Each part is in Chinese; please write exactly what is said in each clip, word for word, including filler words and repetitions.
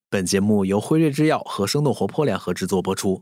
本节目由辉瑞制药和生动活泼联合制作播出。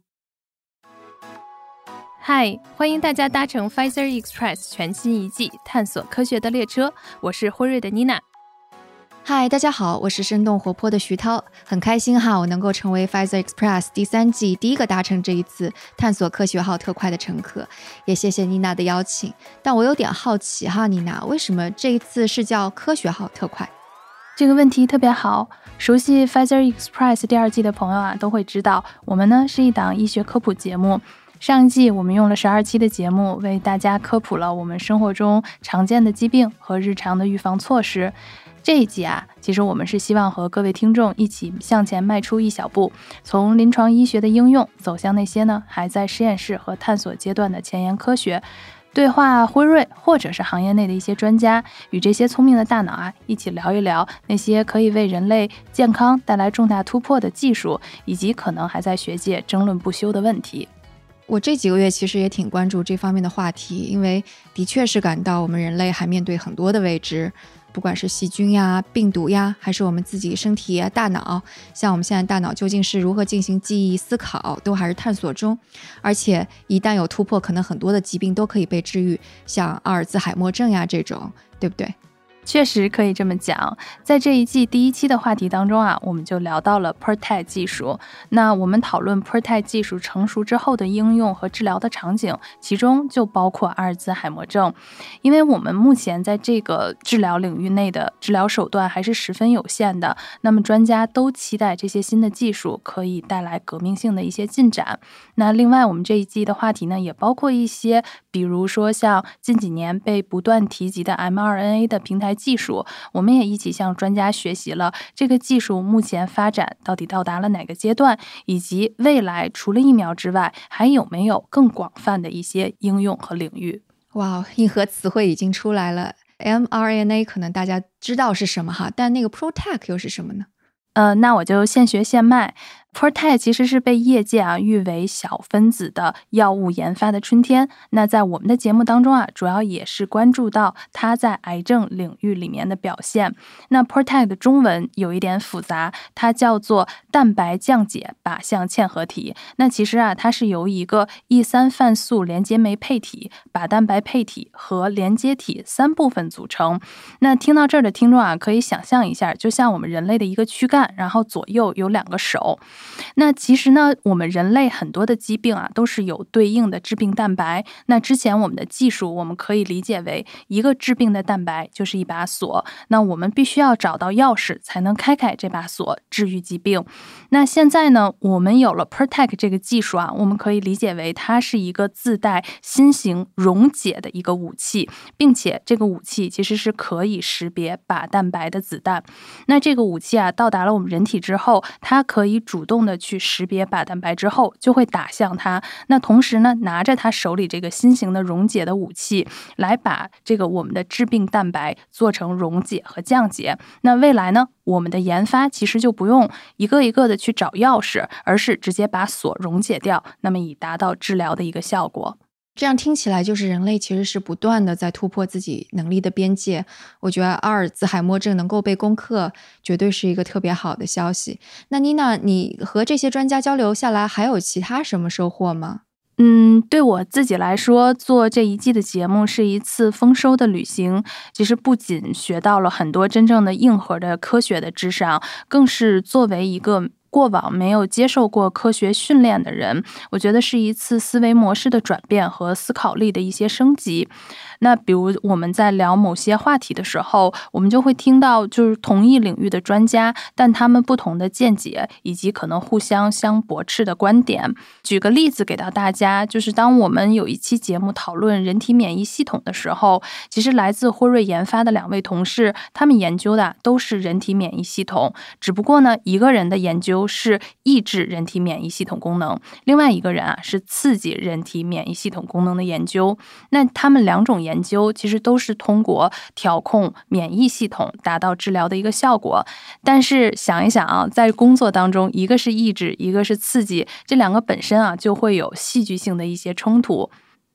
嗨，欢迎大家搭乘 Pfizer Express 全新一季探索科学的列车，我是辉瑞的妮娜。 嗨，大家好，我是生动活泼的徐涛，很开心哈，我能够成为 Pfizer Express 第三季第一个搭乘这一次探索科学号特快的乘客，也谢谢妮娜的邀请。但我有点好奇哈，妮娜，为什么这一次是叫科学号特快？ 这个问题特别好，熟悉 Pfizer Express 第二季的朋友啊，都会知道，我们呢是一档医学科普节目。上一季我们用了十二期的节目，为大家科普了我们生活中常见的疾病和日常的预防措施。这一季啊，其实我们是希望和各位听众一起向前迈出一小步，从临床医学的应用走向那些呢还在实验室和探索阶段的前沿科学，对话辉瑞或者是行业内的一些专家，与这些聪明的大脑啊一起聊一聊那些可以为人类健康带来重大突破的技术，以及可能还在学界争论不休的问题。 我这几个月其实也挺关注这方面的话题，因为的确是感到我们人类还面对很多的未知，不管是细菌呀、病毒呀，还是我们自己身体呀、大脑，像我们现在大脑究竟是如何进行记忆、思考，都还是探索中。而且一旦有突破，可能很多的疾病都可以被治愈，像阿尔兹海默症呀这种，对不对？ 确实可以这么讲，在这一季第一期的话题当中啊，我们就聊到了 P E R T 技术。那我们讨论 P E R T 技术成熟之后的应用和治疗的场景，其中就包括阿尔兹海默症。因为我们目前在这个治疗领域内的治疗手段还是十分有限的，那么专家都期待这些新的技术可以带来革命性的一些进展。那另外我们这一季的话题呢，也包括一些比如说像近几年被不断提及的 M R N A 的平台技术，我们也一起向专家学习了这个技术目前发展到底到达了哪个阶段，以及未来除了疫苗之外还有没有更广泛的一些应用和领域。 哇，硬核词汇已经出来了。 M R N A 可能大家知道是什么哈，但那个 P R O T E C 又是什么呢？ 呃，那我就现学现卖。P E R T 其实是被业界啊誉为小分子的药物研发的春天。那在我们的节目当中啊，主要也是关注到它在癌症领域里面的表现。那 P E R T 的中文有一点复杂，它叫做蛋白降解靶向嵌合体。那其实啊，它是由一个 E 三 泛素连接酶配体、靶蛋白配体和连接体三部分组成。那听到这儿的听众啊，可以想象一下，就像我们人类的一个躯干，然后左右有两个手。那其实呢，我们人类很多的疾病啊，都是有对应的致病蛋白。那之前我们的技术，我们可以理解为一个致病的蛋白就是一把锁。那我们必须要找到钥匙，才能开开这把锁，治愈疾病。那现在呢，我们有了 P E R T E C 这个技术啊，我们可以理解为它是一个自带新型溶解的一个武器，并且这个武器其实是可以识别靶蛋白的子弹。那这个武器啊，到达了我们人体之后，它可以主动的去识别靶蛋白之后，就会打向它。那同时呢，拿着它手里这个新型的溶解的武器，来把这个我们的致病蛋白做成溶解和降解。那未来呢，我们的研发其实就不用一个一个的去找钥匙，而是直接把锁溶解掉，那么以达到治疗的一个效果。 这样听起来就是人类其实是不断的在突破自己能力的边界。我觉得阿尔兹海默症能够被攻克，绝对是一个特别好的消息。那妮娜，你和这些专家交流下来，还有其他什么收获吗？ 嗯，对我自己来说，做这一季的节目是一次丰收的旅行。其实不仅学到了很多真正的硬核的科学的知识啊，更是作为一个过往没有接受过科学训练的人，我觉得是一次思维模式的转变和思考力的一些升级。那比如我们在聊某些话题的时候，我们就会听到就是同一领域的专家，但他们不同的见解，以及可能互相相驳斥的观点。举个例子给到大家，就是当我们有一期节目讨论人体免疫系统的时候，其实来自辉瑞研发的两位同事，他们研究的都是人体免疫系统，只不过呢，一个人的研究是抑制人体免疫系统功能，另外一个人啊是刺激人体免疫系统功能的研究。那他们两种研究其实都是通过调控免疫系统达到治疗的一个效果。但是想一想啊，在工作当中，一个是抑制，一个是刺激，这两个本身啊就会有戏剧性的一些冲突。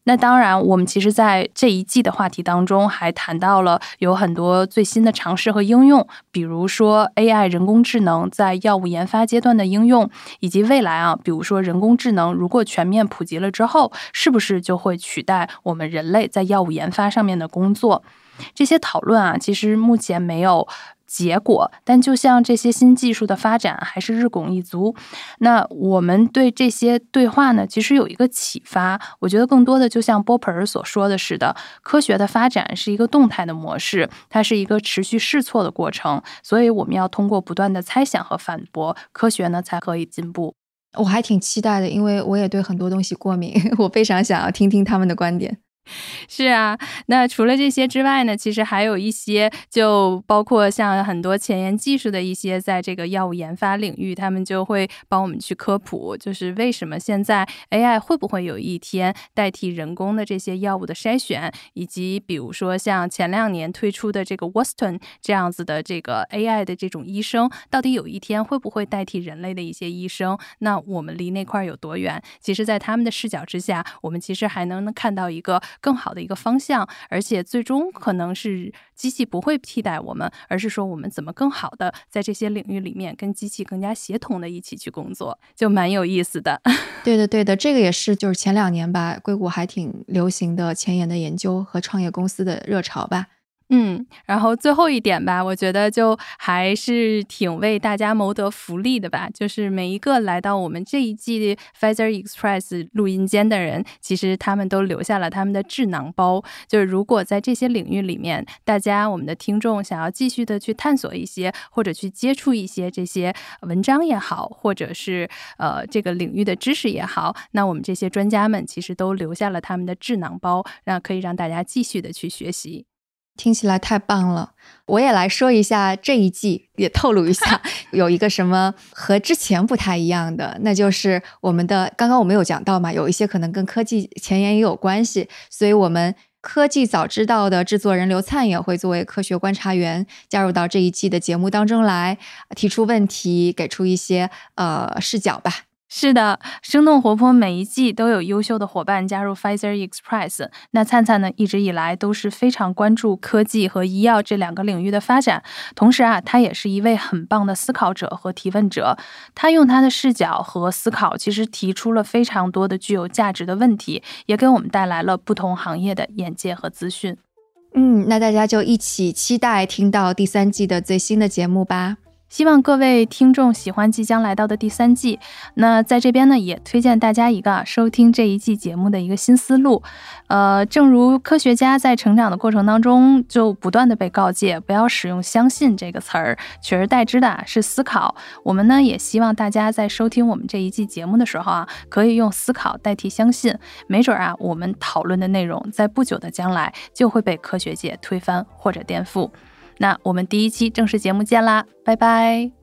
那当然我们其实在这一季的话题当中还谈到了有很多最新的尝试和应用，比如说 A I 人工智能在药物研发阶段的应用，以及未来啊，比如说人工智能如果全面普及了之后，是不是就会取代我们人类在药物研发上面的工作。这些讨论啊，其实目前没有结果，但就像这些新技术的发展还是日拱一卒，那我们对这些对话呢，其实有一个启发。我觉得更多的就像波普尔所说的似的，科学的发展是一个动态的模式，它是一个持续试错的过程，所以我们要通过不断的猜想和反驳，科学呢才可以进步。 我还挺期待的，因为我也对很多东西过敏，我非常想要听听他们的观点。 是啊，那除了这些之外呢，其实还有一些，就包括像很多前沿技术的一些在这个药物研发领域，他们就会帮我们去科普，就是为什么现在 A I 会不会有一天代替人工的这些药物的筛选，以及比如说像前两年推出的这个 Watson 这样子的这个 A I 的这种医生，到底有一天会不会代替人类的一些医生，那我们离那块有多远。其实在他们的视角之下，我们其实还能看到一个更好的一个方向，而且最终可能是机器不会替代我们，而是说我们怎么更好的在这些领域里面跟机器更加协同的一起去工作，就蛮有意思的。 对的对的，这个也是就是前两年吧，硅谷还挺流行的前沿的研究和创业公司的热潮吧。 嗯，然后最后一点吧，我觉得就还是挺为大家谋得福利的吧，就是每一个来到我们这一季 Pfizer Express 录音间的人，其实他们都留下了他们的智囊包，就是如果在这些领域里面，大家我们的听众想要继续的去探索一些，或者去接触一些这些文章也好，或者是呃这个领域的知识也好，那我们这些专家们其实都留下了他们的智囊包，让可以让大家继续的去学习。 听起来太棒了，我也来说一下这一季，也透露一下有一个什么和之前不太一样的，那就是我们的刚刚我们有讲到嘛，有一些可能跟科技前沿也有关系，所以我们科技早知道的制作人刘灿也会作为科学观察员加入到这一季的节目当中来，提出问题，给出一些呃视角吧。 是的，生动活泼每一季都有优秀的伙伴加入 Pfizer Express。那灿灿呢，一直以来都是非常关注科技和医药这两个领域的发展，同时啊，他也是一位很棒的思考者和提问者。他用他的视角和思考，其实提出了非常多的具有价值的问题，也给我们带来了不同行业的眼界和资讯。 嗯，那大家就一起期待听到第三季的最新的节目吧。 希望各位听众喜欢即将来到的第三季。那在这边呢，也推荐大家一个收听这一季节目的一个新思路。呃，正如科学家在成长的过程当中，就不断的被告诫不要使用相信这个词儿，取而代之的是思考。我们呢，也希望大家在收听我们这一季节目的时候啊，可以用思考代替相信。没准啊，我们讨论的内容在不久的将来就会被科学界推翻或者颠覆。那我们第一期正式节目见啦，拜拜。